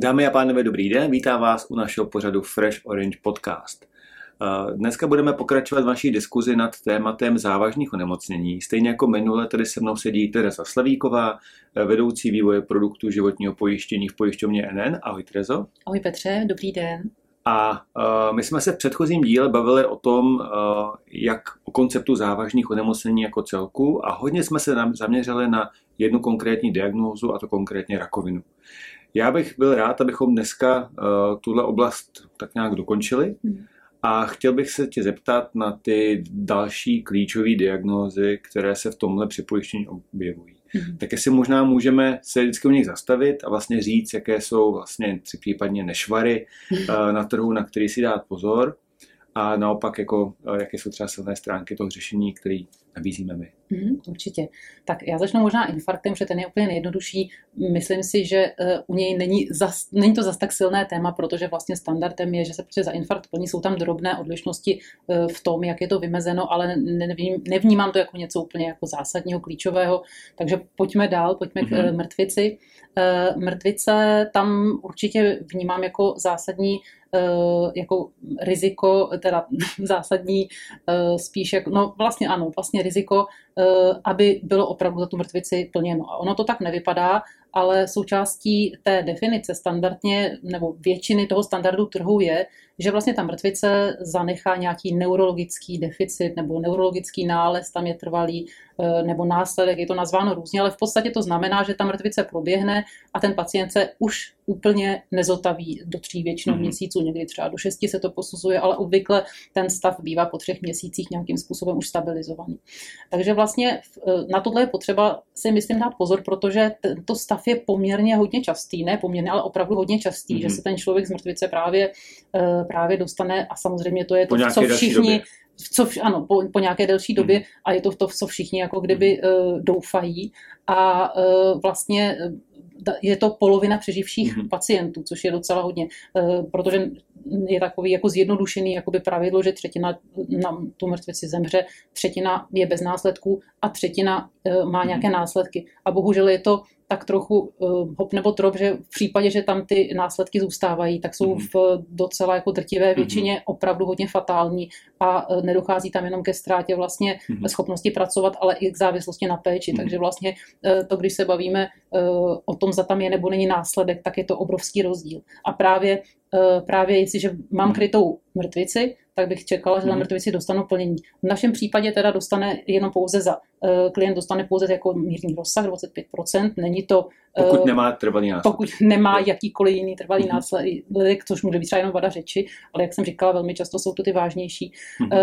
Dámy a pánové, dobrý den, vítám vás u našeho pořadu Fresh Orange Podcast. Dneska budeme pokračovat v naší diskuzi nad tématem závažných onemocnění. Stejně jako minule, tady se mnou sedí Tereza Slavíková, vedoucí vývoje produktů životního pojištění v pojišťovně NN. Ahoj Terezo. Ahoj Petře, dobrý den. A my jsme se v předchozím díle bavili o tom, o konceptu závažných onemocnění jako celku a hodně jsme se zaměřili na jednu konkrétní diagnózu, a to konkrétně rakovinu. Já bych byl rád, abychom dneska tuhle oblast tak nějak dokončili a chtěl bych se tě zeptat na ty další klíčové diagnózy, které se v tomhle připojištění objevují. Tak jestli možná můžeme se vždycky u nich zastavit a vlastně říct, jaké jsou vlastně případně nešvary na trhu, na který si dát pozor a naopak jaké jsou třeba silné stránky toho řešení, které nabízíme my. Určitě. Tak já začnu možná infarktem, že ten je úplně nejjednodušší. Myslím si, že u něj není to zas tak silné téma, protože vlastně standardem je, že se prostě za infarkt plní. Jsou tam drobné odlišnosti v tom, jak je to vymezeno, ale nevnímám to jako něco úplně jako zásadního, klíčového. Takže pojďme dál, pojďme k mrtvici. Mrtvice tam určitě vnímám jako zásadní jako riziko, teda zásadní spíš jako, no vlastně ano, vlastně riziko, aby bylo opravdu za tu mrtvici plněno. A ono to tak nevypadá, ale součástí té definice standardně, nebo většiny toho standardu trhu je, že vlastně ta mrtvice zanechá nějaký neurologický deficit nebo neurologický nález, tam je trvalý, nebo následek, je to nazváno různě, ale v podstatě to znamená, že ta mrtvice proběhne a ten pacient se už úplně nezotaví do 3 většinou měsíců, někdy třeba do 6 se to posuzuje, ale obvykle ten stav bývá po 3 měsících nějakým způsobem už stabilizovaný. Takže vlastně na tohle je potřeba si myslím dát pozor, protože tento stav je poměrně hodně častý, ne poměrně, ale opravdu hodně častý, že se ten člověk z mrtvice právě dostane a samozřejmě to je to, co všichni, po nějaké delší době a je to, co všichni jako kdyby doufají a vlastně je to polovina přeživších pacientů, což je docela hodně, protože je takový jako zjednodušený jakoby pravidlo, že 1/3 na tu mrtvici zemře, 1/3 je bez následků a 1/3 má nějaké následky. A bohužel je to tak trochu hop nebo trop, že v případě, že tam ty následky zůstávají, tak jsou v docela jako drtivé většině opravdu hodně fatální a nedochází tam jenom ke ztrátě vlastně schopnosti pracovat, ale i k závislosti na péči. Takže vlastně to, když se bavíme o tom, zda tam je nebo není následek, tak je to obrovský rozdíl. A právě jestliže mám krytou mrtvici, tak bych čekala, že za mrtvici dostanu plnění. V našem případě teda klient dostane pouze jako mírný rozsah, 25%, není to... Pokud nemá trvalý následek. Pokud nemá jakýkoliv jiný trvalý následek, což může být třeba jenom vada řeči, ale jak jsem říkala, velmi často jsou to ty vážnější,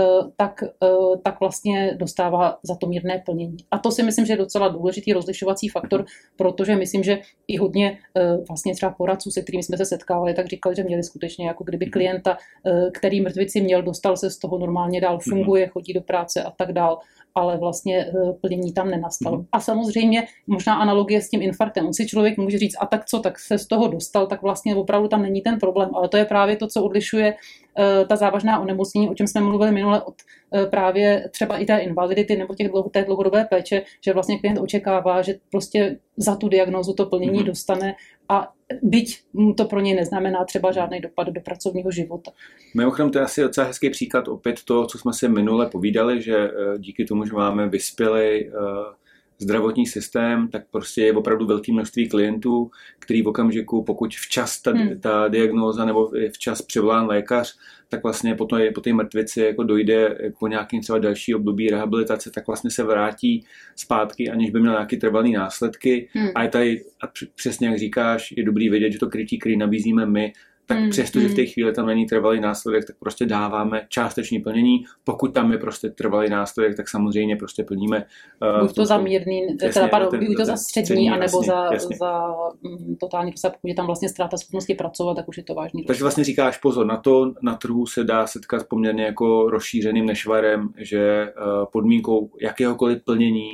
tak vlastně dostává za to mírné plnění. A to si myslím, že je docela důležitý rozlišovací faktor, protože myslím, že i hodně vlastně třeba poradců, se kterými jsme se setkávali, tak říkali, že měli skutečně jako kdyby klienta, který mrtvici měl, dostal se z toho normálně dál, funguje, chodí do práce a tak dál, ale vlastně plnění tam nenastalo. A samozřejmě možná analogie s tím infarktem. On si člověk může říct, a tak co, tak se z toho dostal, tak vlastně opravdu tam není ten problém, ale to je právě to, co odlišuje ta závažná onemocnění, o čem jsme mluvili minule od právě třeba i té invalidity nebo té dlouhodobé péče, že vlastně klient očekává, že prostě za tu diagnózu to plnění dostane a byť to pro něj neznamená třeba žádný dopad do pracovního života. Mimochodem, to je asi docela hezký příklad opět to, co jsme se minule povídali, že díky tomu, že máme vyspělý zdravotní systém, tak prostě je opravdu velké množství klientů, který v okamžiku, pokud včas ta diagnóza nebo včas přivolán lékař, tak vlastně po té mrtvici jako dojde po nějakým třeba další období rehabilitace, tak vlastně se vrátí zpátky, aniž by měl nějaké trvalé následky. A je tady, a přesně jak říkáš, je dobrý vědět, že to krytí, který nabízíme my, tak přesto, že v té chvíli tam není trvalý následek, tak prostě dáváme částečné plnění. Pokud tam je prostě trvalý následek, tak samozřejmě prostě plníme. Buď to za mírný, buď to za střední, anebo za totální rozsah, pokud je tam vlastně ztráta schopnosti pracovat, tak už je to vážný. Takže vlastně říkáš pozor na to, na trhu se dá setkat poměrně jako rozšířeným nešvarem, že podmínkou jakéhokoliv plnění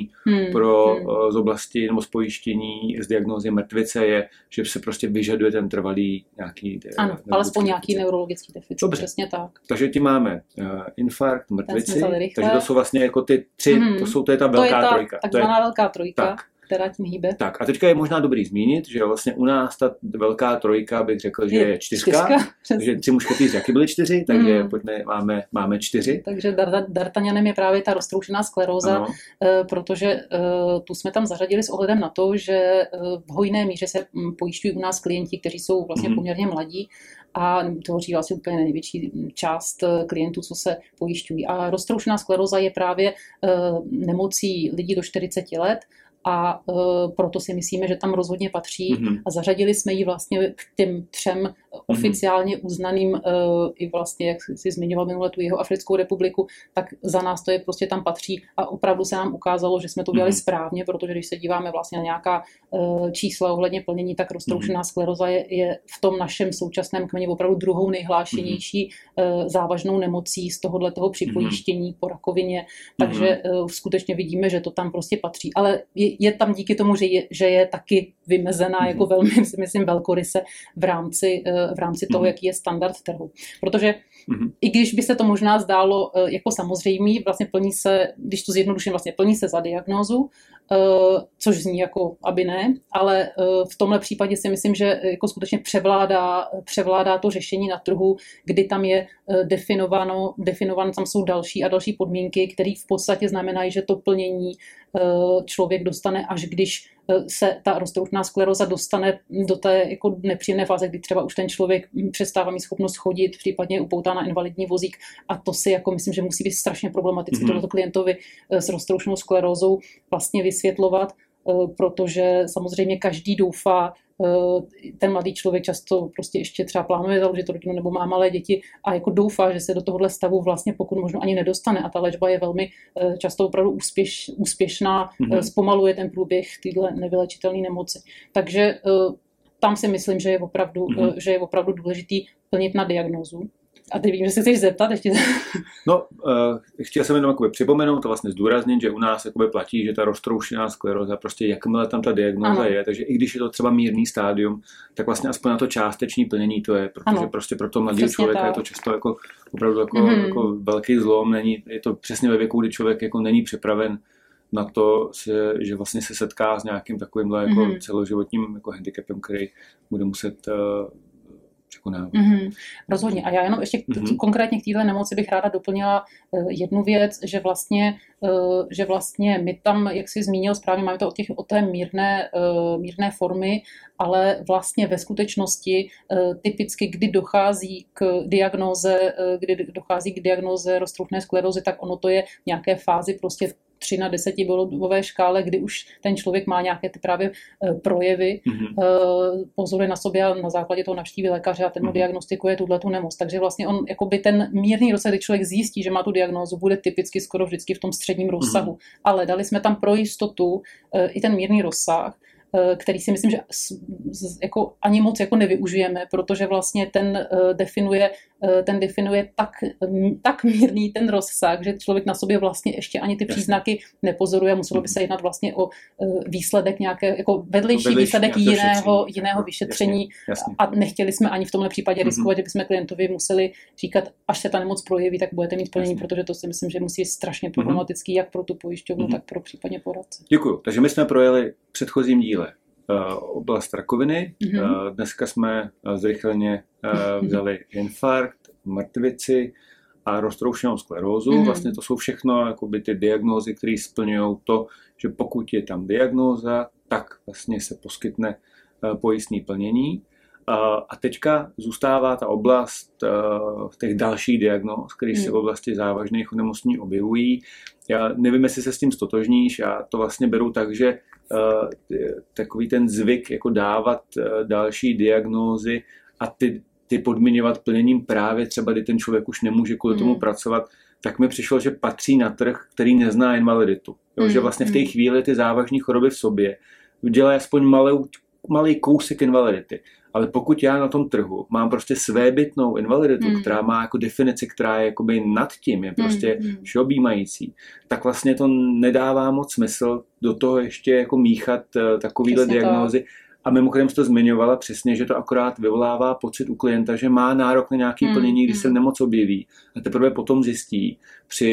z oblasti nebo z pojištění z diagnózy mrtvice je, že se prostě vyžaduje ten trvalý nějaký Ano, alespoň nějaký neurologický deficit. Dobře. Přesně tak. Takže ti máme infarkt, mrtvici, takže to jsou vlastně jako ty 3, to je ta velká trojka. Takzvaná velká trojka. Tak. která tím hýbe. Tak a teďka je možná dobrý zmínit, že vlastně u nás ta velká trojka, bych řekl, že je 4. Takže 3 mušketýři jaký byli 4, takže pojďme, máme 4. Takže D'Artagnanem je právě ta roztroušená skleróza, protože tu jsme tam zařadili s ohledem na to, že v hojné míře se pojišťují u nás klienti, kteří jsou vlastně poměrně mladí a tvoří vlastně úplně největší část klientů, co se pojišťují. A roztroušená skleróza je právě nemocí lidí do 40 let a proto si myslíme, že tam rozhodně patří a zařadili jsme ji vlastně k těm 3 oficiálně uznaným i vlastně, jak si zmiňoval minule tu Jihoafrickou republiku, tak za nás to je prostě tam patří a opravdu se nám ukázalo, že jsme to udělali správně, protože když se díváme vlastně na nějaká čísla ohledně plnění, tak roztroušená skleróza je v tom našem současném kmeni opravdu druhou nejhlášenější závažnou nemocí z tohoto připojištění po rakovině, takže skutečně vidíme, že to tam prostě patří, ale je tam díky tomu, že je taky vymezená jako velmi, myslím, velkoryse v rámci toho, jaký je standard trhu. Protože i když by se to možná zdálo jako samozřejmý, vlastně plní se, když to zjednoduším, vlastně plní se za diagnózu, což zní jako aby ne, ale v tomhle případě si myslím, že jako skutečně převládá to řešení na trhu, kdy tam je definováno, tam jsou další a další podmínky, které v podstatě znamenají, že to plnění člověk dostane, až když se ta roztroušená skleróza dostane do té jako nepříjemné fáze, kdy třeba už ten člověk přestává mít schopnost chodit, případně upoutá na invalidní vozík a to si jako myslím, že musí být strašně problematické tomuto klientovi s roztroušenou sklerózou vlastně vysvětlovat, protože samozřejmě každý doufá, ten mladý člověk často prostě ještě třeba plánuje založit rodinu nebo má malé děti a jako doufá, že se do tohohle stavu vlastně pokud možno ani nedostane a ta léčba je velmi často opravdu úspěšná, zpomaluje ten průběh téhle nevylečitelné nemoci. Takže tam si myslím, že je opravdu důležitý plnit na diagnózu. A ty vím, že se chceš zeptat ještě. No, chtěl jsem jenom připomenout a vlastně zdůraznit, že u nás platí, že ta roztroušená skleróza, prostě jakmile tam ta diagnóza je, takže i když je to třeba mírný stádium, tak vlastně aspoň na to částečné plnění to je, protože prostě pro toho mladého člověka je to často jako opravdu jako velký zlom, je to přesně ve věku, kdy člověk jako není připraven na to, že vlastně se setká s nějakým takovýmhle jako celoživotním jako handicapem, který bude muset Rozhodně. A já jenom ještě konkrétně k této nemoci bych ráda doplnila jednu věc, že vlastně my tam, jak jsi zmínil správně, máme to o té mírné formy, ale vlastně ve skutečnosti typicky, kdy dochází k diagnóze roztroušené sklerózy, tak ono to je v nějaké fázi prostě 3 na 10 bodové škále, kdy už ten člověk má nějaké ty právě projevy, pozoruje na sobě a na základě toho navštíví lékaře a ten mu diagnostikuje tuhletu nemoc. Takže vlastně on, jakoby ten mírný rozsah, kdy člověk zjistí, že má tu diagnózu, bude typicky skoro vždycky v tom středním rozsahu. Ale dali jsme tam pro jistotu i ten mírný rozsah, který si myslím, že jako ani moc jako nevyužijeme, protože vlastně ten definuje tak mírný ten rozsah, že člověk na sobě vlastně ještě ani ty příznaky nepozoruje. Muselo by se jednat vlastně o výsledek nějaké, jako vedlejší výsledek jiného vyšetření. Jasně. A nechtěli jsme ani v tomhle případě riskovat, že bychom klientovi museli říkat, až se ta nemoc projeví, tak budete mít plnění, protože to si myslím, že musí být strašně problematický jak pro tu pojišťovnu, tak pro případně poradce. Děkuju. Takže my jsme projeli v předchozím díle oblast rakoviny. Dneska jsme zrychleně vzali infarkt, mrtvici a roztroušenou sklerózu. Vlastně to jsou všechno jakoby ty diagnózy, které splňují to, že pokud je tam diagnóza, tak vlastně se poskytne pojistné plnění. A teďka zůstává ta oblast těch dalších diagnóz, které se v oblasti závažných onemocnění objevují. Já nevím, jestli se s tím stotožníš, já to vlastně beru tak, že takový ten zvyk jako dávat další diagnózy a ty podmiňovat plněním právě třeba, kdy ten člověk už nemůže kvůli tomu pracovat, tak mi přišlo, že patří na trh, který nezná invaliditu. Že vlastně v té chvíli ty závažné choroby v sobě dělají aspoň malý kousek invalidity. Ale pokud já na tom trhu mám prostě svébytnou invaliditu, která má jako definici, která je jakoby nad tím, je prostě všeobjímající, tak vlastně to nedává moc smysl do toho ještě jako míchat takovýhle diagnózy. A mimochodem jsi to zmiňovala přesně, že to akorát vyvolává pocit u klienta, že má nárok na nějaké plnění, když se nemoc objeví. A teprve potom zjistí při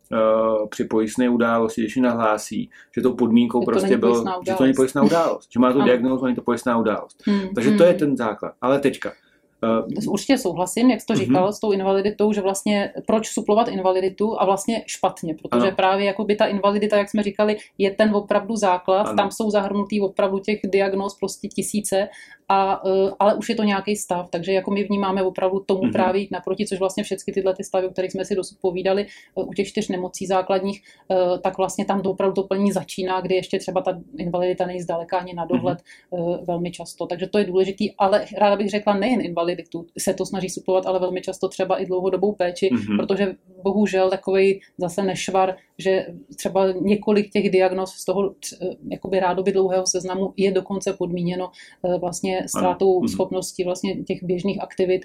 při pojistné události, když ji nahlásí, že to podmínkou to prostě bylo, že to není pojistná událost, že má tu diagnózu, není to pojistná událost. Takže to je ten základ. Ale teďka. Určitě souhlasím, jak jsi to říkal, s tou invaliditou, že vlastně proč suplovat invaliditu a vlastně špatně, protože právě jakoby ta invalidita, jak jsme říkali, je ten opravdu základ, tam jsou zahrnutý opravdu těch diagnóz prostě tisíce, ale už je to nějaký stav, takže jako my vnímáme opravdu tomu právě jít naproti, což vlastně všechny tyhle ty stavy, o kterých jsme si dosud povídali, u těch 4 nemocí základních, tak vlastně tam to opravdu to plnění začíná, kdy ještě třeba ta invalidita není zdaleka ani na dohled velmi často, takže to je důležitý, ale ráda bych řekla nejen invaliditu se to snaží suplovat, ale velmi často třeba i dlouhodobou péči, protože bohužel takovej zase nešvar, že třeba několik těch diagnóz z toho jakoby rádoby dlouhého seznamu je dokonce podmíněno vlastně ztrátou schopností vlastně těch běžných aktivit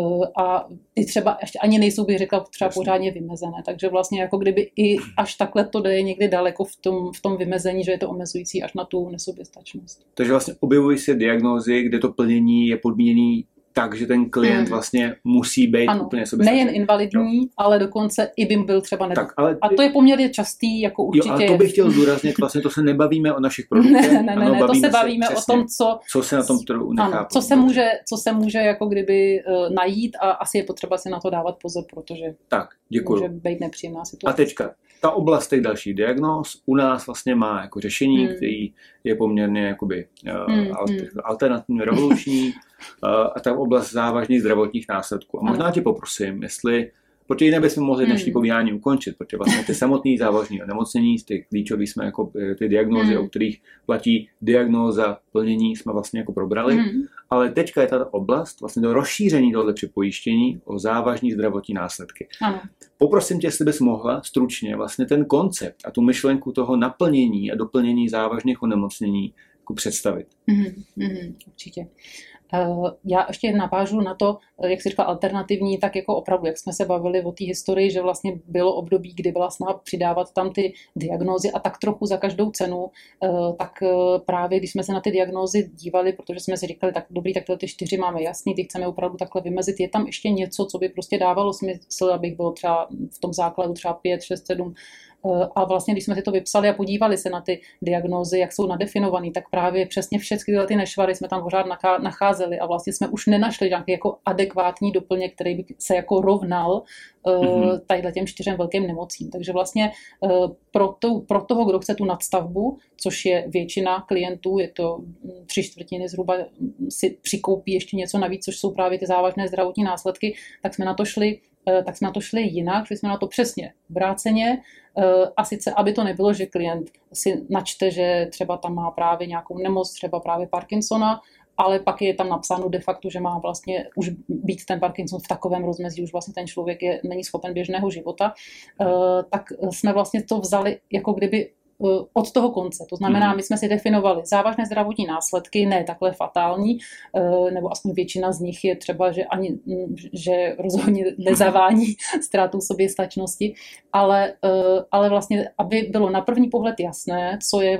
a i třeba ještě ani nejsou, bych řekla, třeba pořádně vymezené. Takže vlastně jako kdyby i až takhle to jde někdy daleko v tom vymezení, že je to omezující až na tu nesoběstačnost. Takže vlastně objevují se diagnózy, kde to plnění je podmíněný tak, že ten klient vlastně musí být úplně soběstačný. Nejen invalidní, ale dokonce i by byl třeba nedokonalý. A to je poměrně častý, jako určitě. Jo, ale to bych chtěl zdůraznit, vlastně to se nebavíme o našich produktech. Ne, to se bavíme o tom, co se na tom trhu nechá. Co se může jako kdyby najít a asi je potřeba si na to dávat pozor, protože může být nepříjemná situace. A teďka, ta oblast těch dalších diagnóz u nás vlastně má jako řešení, který je poměrně jakoby alternativně revoluční, a ta oblast závažných zdravotních následků. A možná tě poprosím, jestli, protože jinak bychom mohli dnešní povídání ukončit, protože vlastně ty samotné závažné onemocnění, ty klíčové jsme jako ty diagnózy, o kterých platí diagnóza, plnění, jsme vlastně jako probrali, ale teďka je ta oblast vlastně do rozšíření tohle připojištění o závažné zdravotní následky. Ano. Poprosím tě, jestli bys mohla stručně vlastně ten koncept a tu myšlenku toho naplnění a doplnění závažných onemocnění jako představit. Určitě. Já ještě navážu na to, jak jsi říkal, alternativní, tak jako opravdu, jak jsme se bavili o té historii, že vlastně bylo období, kdy byla snaha přidávat tam ty diagnózy a tak trochu za každou cenu, tak právě když jsme se na ty diagnózy dívali, protože jsme si říkali, tak dobrý, tak ty 4 máme jasný, ty chceme opravdu takhle vymezit, je tam ještě něco, co by prostě dávalo smysl, abych bylo třeba v tom základu třeba 5, 6, 7. A vlastně, když jsme si to vypsali a podívali se na ty diagnózy, jak jsou nadefinované, tak právě přesně všechny ty nešvary jsme tam pořád nacházeli a vlastně jsme už nenašli nějaký jako adekvátní doplněk, který by se jako rovnal tadyhle těm 4 velkým nemocím. Takže vlastně pro toho, kdo chce tu nadstavbu, což je většina klientů, je to 3/4 zhruba, si přikoupí ještě něco navíc, což jsou právě ty závažné zdravotní následky, tak jsme na to šli jinak, šli jsme na to přesně obráceně, a sice, aby to nebylo, že klient si načte, že třeba tam má právě nějakou nemoc, třeba právě Parkinsona, ale pak je tam napsáno de facto, že má vlastně už být ten Parkinson v takovém rozmezí, už vlastně ten člověk není schopen běžného života, tak jsme vlastně to vzali jako kdyby od toho konce. To znamená, my jsme si definovali závažné zdravotní následky, ne takhle fatální, nebo aspoň většina z nich je třeba, že rozhodně nezavání ztrátou soběstačnosti, ale vlastně, aby bylo na první pohled jasné,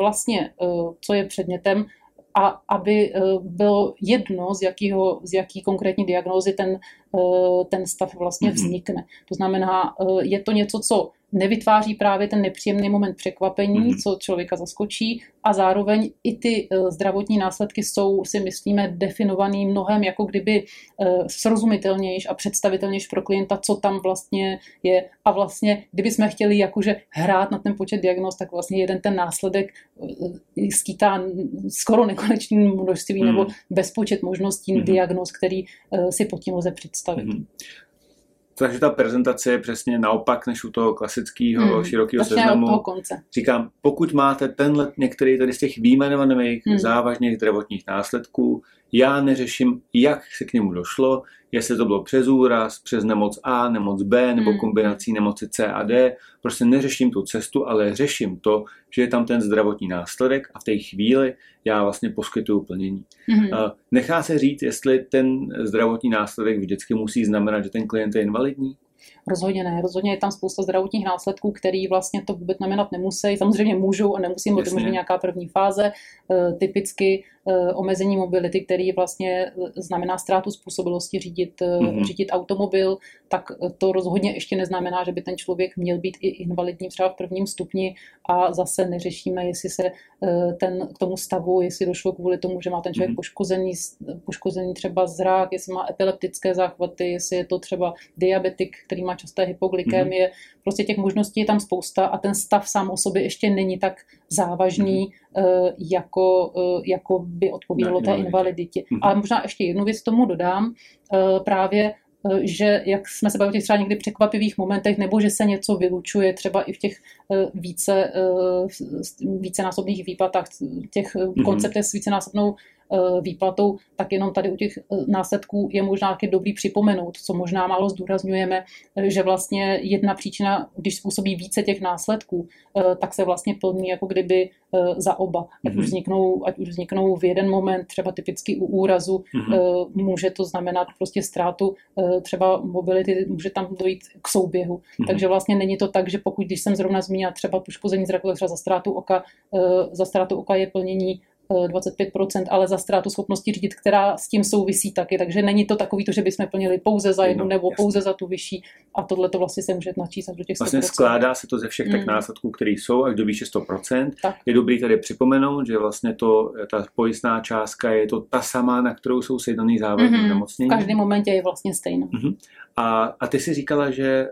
co je předmětem a aby bylo jedno, z jaký konkrétní diagnózy ten stav vlastně vznikne. To znamená, je to něco, co nevytváří právě ten nepříjemný moment překvapení, co člověka zaskočí, a zároveň i ty zdravotní následky jsou, si myslíme, definovaný mnohem jako kdyby srozumitelnější a představitelnější pro klienta, co tam vlastně je. A vlastně, kdyby jsme chtěli jakože hrát na ten počet diagnóz, tak vlastně jeden ten následek skýtá skoro nekonečný množství nebo bezpočet možností diagnóz, který si pod tím lze představit. Takže ta prezentace je přesně naopak než u toho klasického širokého seznamu. Od toho konce. Říkám, pokud máte některý tady z těch vyjmenovaných závažných zdravotních následků, já neřeším, jak se k němu došlo, jestli to bylo přes úraz, přes nemoc A, nemoc B nebo kombinací nemoci C a D. Prostě neřeším tu cestu, ale řeším to, že je tam ten zdravotní následek a v té chvíli já vlastně poskytuju plnění. Nechá se říct, jestli ten zdravotní následek vždycky musí znamenat, že ten klient je invalidní? Rozhodně ne. Rozhodně je tam spousta zdravotních následků, který vlastně to vůbec znamenat nemusí. Samozřejmě můžou a nemusí, protože může nějaká první fáze. Typicky omezení mobility, který vlastně znamená ztrátu způsobilosti řídit automobil, tak to rozhodně ještě neznamená, že by ten člověk měl být i invalidní třeba v prvním stupni a zase neřešíme, jestli se k tomu stavu, jestli došlo kvůli tomu, že má ten člověk poškozený třeba zrak, jestli má epileptické záchvaty, jestli je to třeba diabetik, který má časté hypoglykémie. Prostě těch možností je tam spousta a ten stav sám o sobě ještě není tak závažný, jako by odpovídalo té invaliditě. Ale možná ještě jednu věc tomu dodám, právě že jak jsme se bavili o těch třeba někdy překvapivých momentech, nebo že se něco vylučuje třeba i v těch vícenásobných výplatách, těch konceptech s vícenásobnou výplatou, tak jenom tady u těch následků je možná taky dobrý připomenout, co možná málo zdůrazňujeme, že vlastně jedna příčina, když způsobí více těch následků, tak se vlastně plní jako kdyby za oba. Ať už vzniknou v jeden moment, třeba typicky u úrazu, může to znamenat prostě ztrátu třeba mobility, může tam dojít k souběhu. Takže vlastně není to tak, že pokud, když jsem zrovna zmínila třeba poškození zraku, tak třeba za ztrátu oka je plnění 25%, ale za ztrátu schopnosti řídit, která s tím souvisí taky. Takže není to takový to, že bychom plnili pouze za jednu nebo pouze za tu vyšší a tohle to vlastně se může načítat do těch 100%. Vlastně skládá se to ze všech těch následků, které jsou až do výše 100%. Tak. Je dobrý tady připomenout, že vlastně ta pojistná částka je to ta samá, na kterou jsou sjednaný závažné nemocnění. V každém momentě je vlastně stejná. A ty si říkala, že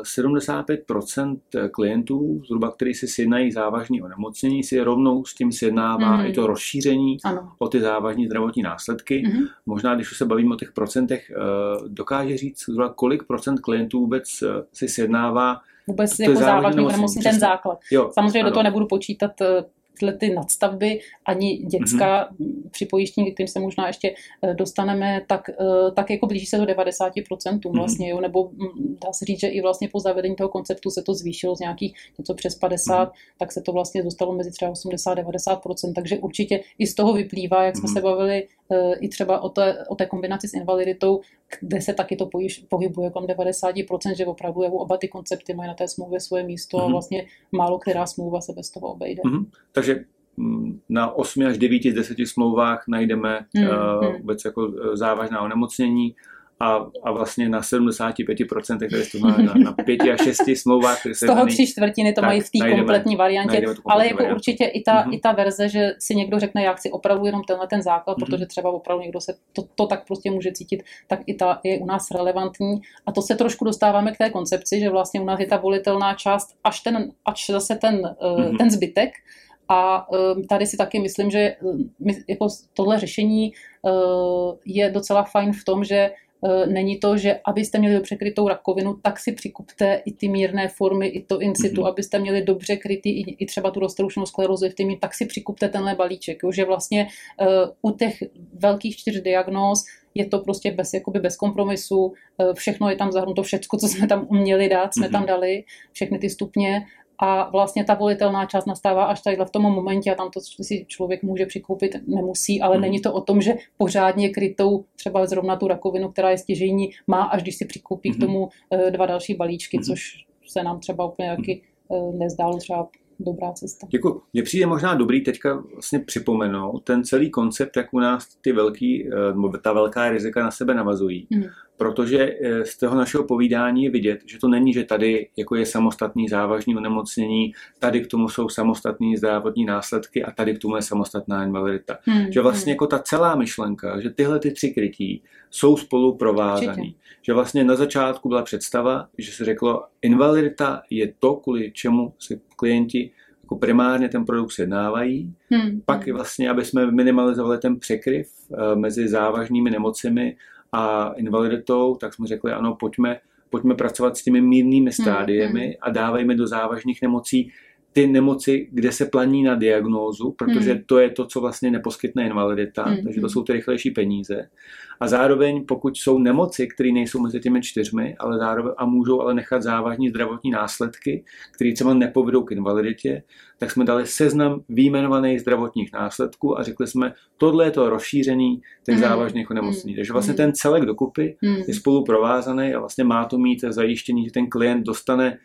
75% klientů, zhruba, který si sjednají závažné onemocnění, si rovnou s tím sjednává i to rozšíření o ty závažné zdravotní následky. Možná, když už se bavíme o těch procentech, dokáže říct, zhruba, kolik procent klientů vůbec si sjednává vůbec jako závažný onemocnění, ten základ. Samozřejmě do toho nebudu počítat ty nadstavby, ani dětská při pojištění, kterým se možná ještě dostaneme, tak jako blíží se do 90% vlastně, jo, nebo dá se říct, že i vlastně po zavedení toho konceptu se to zvýšilo z nějakých něco přes 50, tak se to vlastně dostalo mezi třeba 80-90%, takže určitě i z toho vyplývá, jak jsme se bavili i třeba o té kombinaci s invaliditou, kde se taky to pohybuje kolem 90%, že opravdu oba ty koncepty mají na té smlouvě svoje místo a vlastně málo která smlouva se bez toho obejde. Takže na 8 až 9 z 10 smlouvách najdeme vůbec jako závažná onemocnění a vlastně na 75%, které to znamená na 5 až 6 smlouvách. Z toho 3/4 to mají v té kompletní variantě, ale jako určitě i ta verze, že si někdo řekne, já chci opravdu jenom tenhle ten základ, protože třeba opravdu někdo se to tak prostě může cítit, tak i ta je u nás relevantní. A to se trošku dostáváme k té koncepci, že vlastně u nás je ta volitelná část až zase ten zbytek. A tady si taky myslím, že jako tohle řešení je docela fajn v tom, že není to, že abyste měli dobře krytou rakovinu, tak si přikupte i ty mírné formy, i to in situ, abyste měli dobře krytý i třeba tu roztroušenou sklerózu, tak si přikupte tenhle balíček. Jo, že vlastně u těch velkých 4 diagnóz je to prostě bez kompromisu, všechno je tam zahrnuto, všecko, co jsme tam uměli dát, jsme tam dali, všechny ty stupně. A vlastně ta volitelná část nastává až tadyhle v tom momentě a tam to si člověk může přikoupit, nemusí, ale není to o tom, že pořádně krytou třeba zrovna tu rakovinu, která je stěžejní, má, až když si přikoupí k tomu 2 další balíčky, což se nám třeba úplně taky nezdálo třeba dobrá cesta. Děkuji. Mně přijde možná dobrý teďka vlastně připomenout ten celý koncept, jak u nás ta velká rizika na sebe navazují. Protože z toho našeho povídání je vidět, že to není, že tady jako je samostatný závažný onemocnění, tady k tomu jsou samostatné zdravotní následky a tady k tomu je samostatná invalidita. Že vlastně jako ta celá myšlenka, že tyhle ty 3 krytí jsou spolu provázaný. Že vlastně na začátku byla představa, že se řeklo, invalidita je to, kvůli čemu si klienti jako primárně ten produkt sjednávají. Pak vlastně, aby jsme minimalizovali ten překryv mezi závažnými nemocemi a invaliditou, tak jsme řekli, ano, pojďme pracovat s těmi mírnými stádiemi a dávejme do závažných nemocí ty nemoci, kde se planí na diagnózu, protože to je to, co vlastně neposkytne invalidita, takže to jsou ty rychlejší peníze. A zároveň, pokud jsou nemoci, které nejsou mezi těmi 4, ale zároveň a můžou ale nechat závažní zdravotní následky, které třeba nepovedou k invaliditě, tak jsme dali seznam vyjmenovaných zdravotních následků a řekli jsme, tohle je to rozšíření těch závažných onemocnění. Takže vlastně ten celek dokupy je spolu provázaný a vlastně má to mít zajištění, že ten klient dostane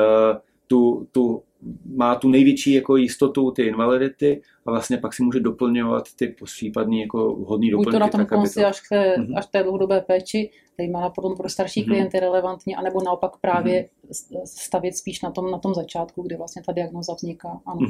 má tu největší jako jistotu ty invalidity a vlastně pak si může doplňovat ty případný jako vhodný doplňky. Buď to na tom konci až k té dlouhodobé péči, zejména potom pro starší klienty relevantní, anebo naopak právě stavět spíš na tom začátku, kdy vlastně ta diagnóza vzniká. Ano.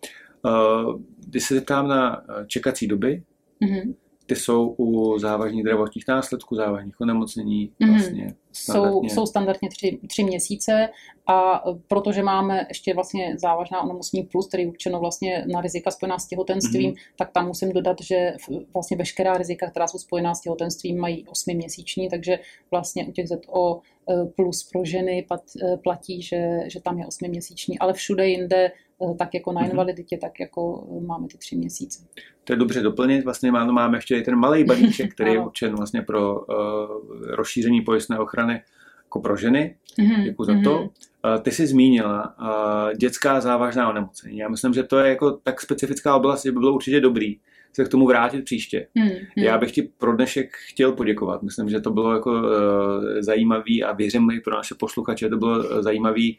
Když se zeptám na čekací doby, ty jsou u závažných zdravotních následků, závažných onemocnění vlastně standardně. Jsou standardně 3 měsíce a protože máme ještě vlastně závažná onemocnění plus, který je určeno vlastně na rizika spojená s těhotenstvím, tak tam musím dodat, že vlastně veškerá rizika, která jsou spojená s těhotenstvím, mají 8měsíční, takže vlastně u těch ZO plus pro ženy platí, že tam je 8měsíční, ale všude jinde tak jako na invaliditě, tak jako máme ty 3 měsíce. To je dobře doplnit, vlastně máme ještě ten malý balíček, který je určen vlastně pro rozšíření pojistné ochrany jako pro ženy. Děkuji za to. Ty jsi zmínila dětská závažná onemocnění. Já myslím, že to je jako tak specifická oblast, že by bylo určitě dobrý se k tomu vrátit příště. Já bych ti pro dnešek chtěl poděkovat. Myslím, že to bylo jako zajímavý a věřím i pro naše posluchače, to bylo zajímavý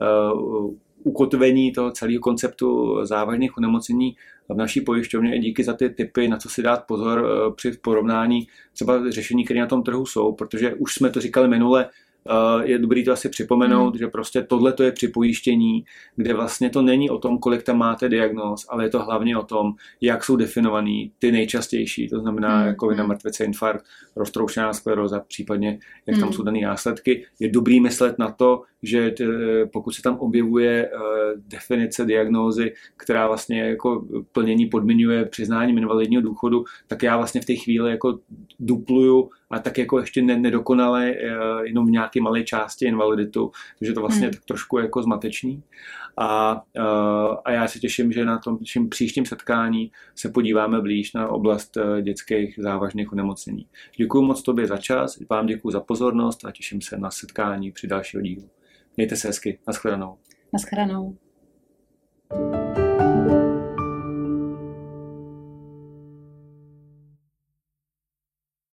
ukotvení toho celého konceptu závažných onemocnění v naší pojišťovně. Díky za ty tipy, na co si dát pozor při porovnání třeba řešení, které na tom trhu jsou, protože už jsme to říkali minule, je dobré to asi připomenout, že prostě tohle to je při pojištění, kde vlastně to není o tom, kolik tam máte diagnóz, ale je to hlavně o tom, jak jsou definovaný ty nejčastější, to znamená rakovina mrtvice, infarkt, roztroušená skleróza, případně jak tam jsou dané následky. Je dobrý myslet na to, že pokud se tam objevuje definice diagnózy, která vlastně jako plnění podmiňuje přiznáním invalidního důchodu, tak já vlastně v té chvíli jako dupluju a tak jako ještě nedokonale jenom v nějaké malé části invaliditu, takže to vlastně je tak trošku jako zmatečný. A já se těším, že na tom příštím setkání se podíváme blíž na oblast dětských závažných onemocnění. Děkuji moc tobě za čas, vám děkuji za pozornost a těším se na setkání při dalšího dílu. Mějte se hezky. Naschledanou. Naschledanou.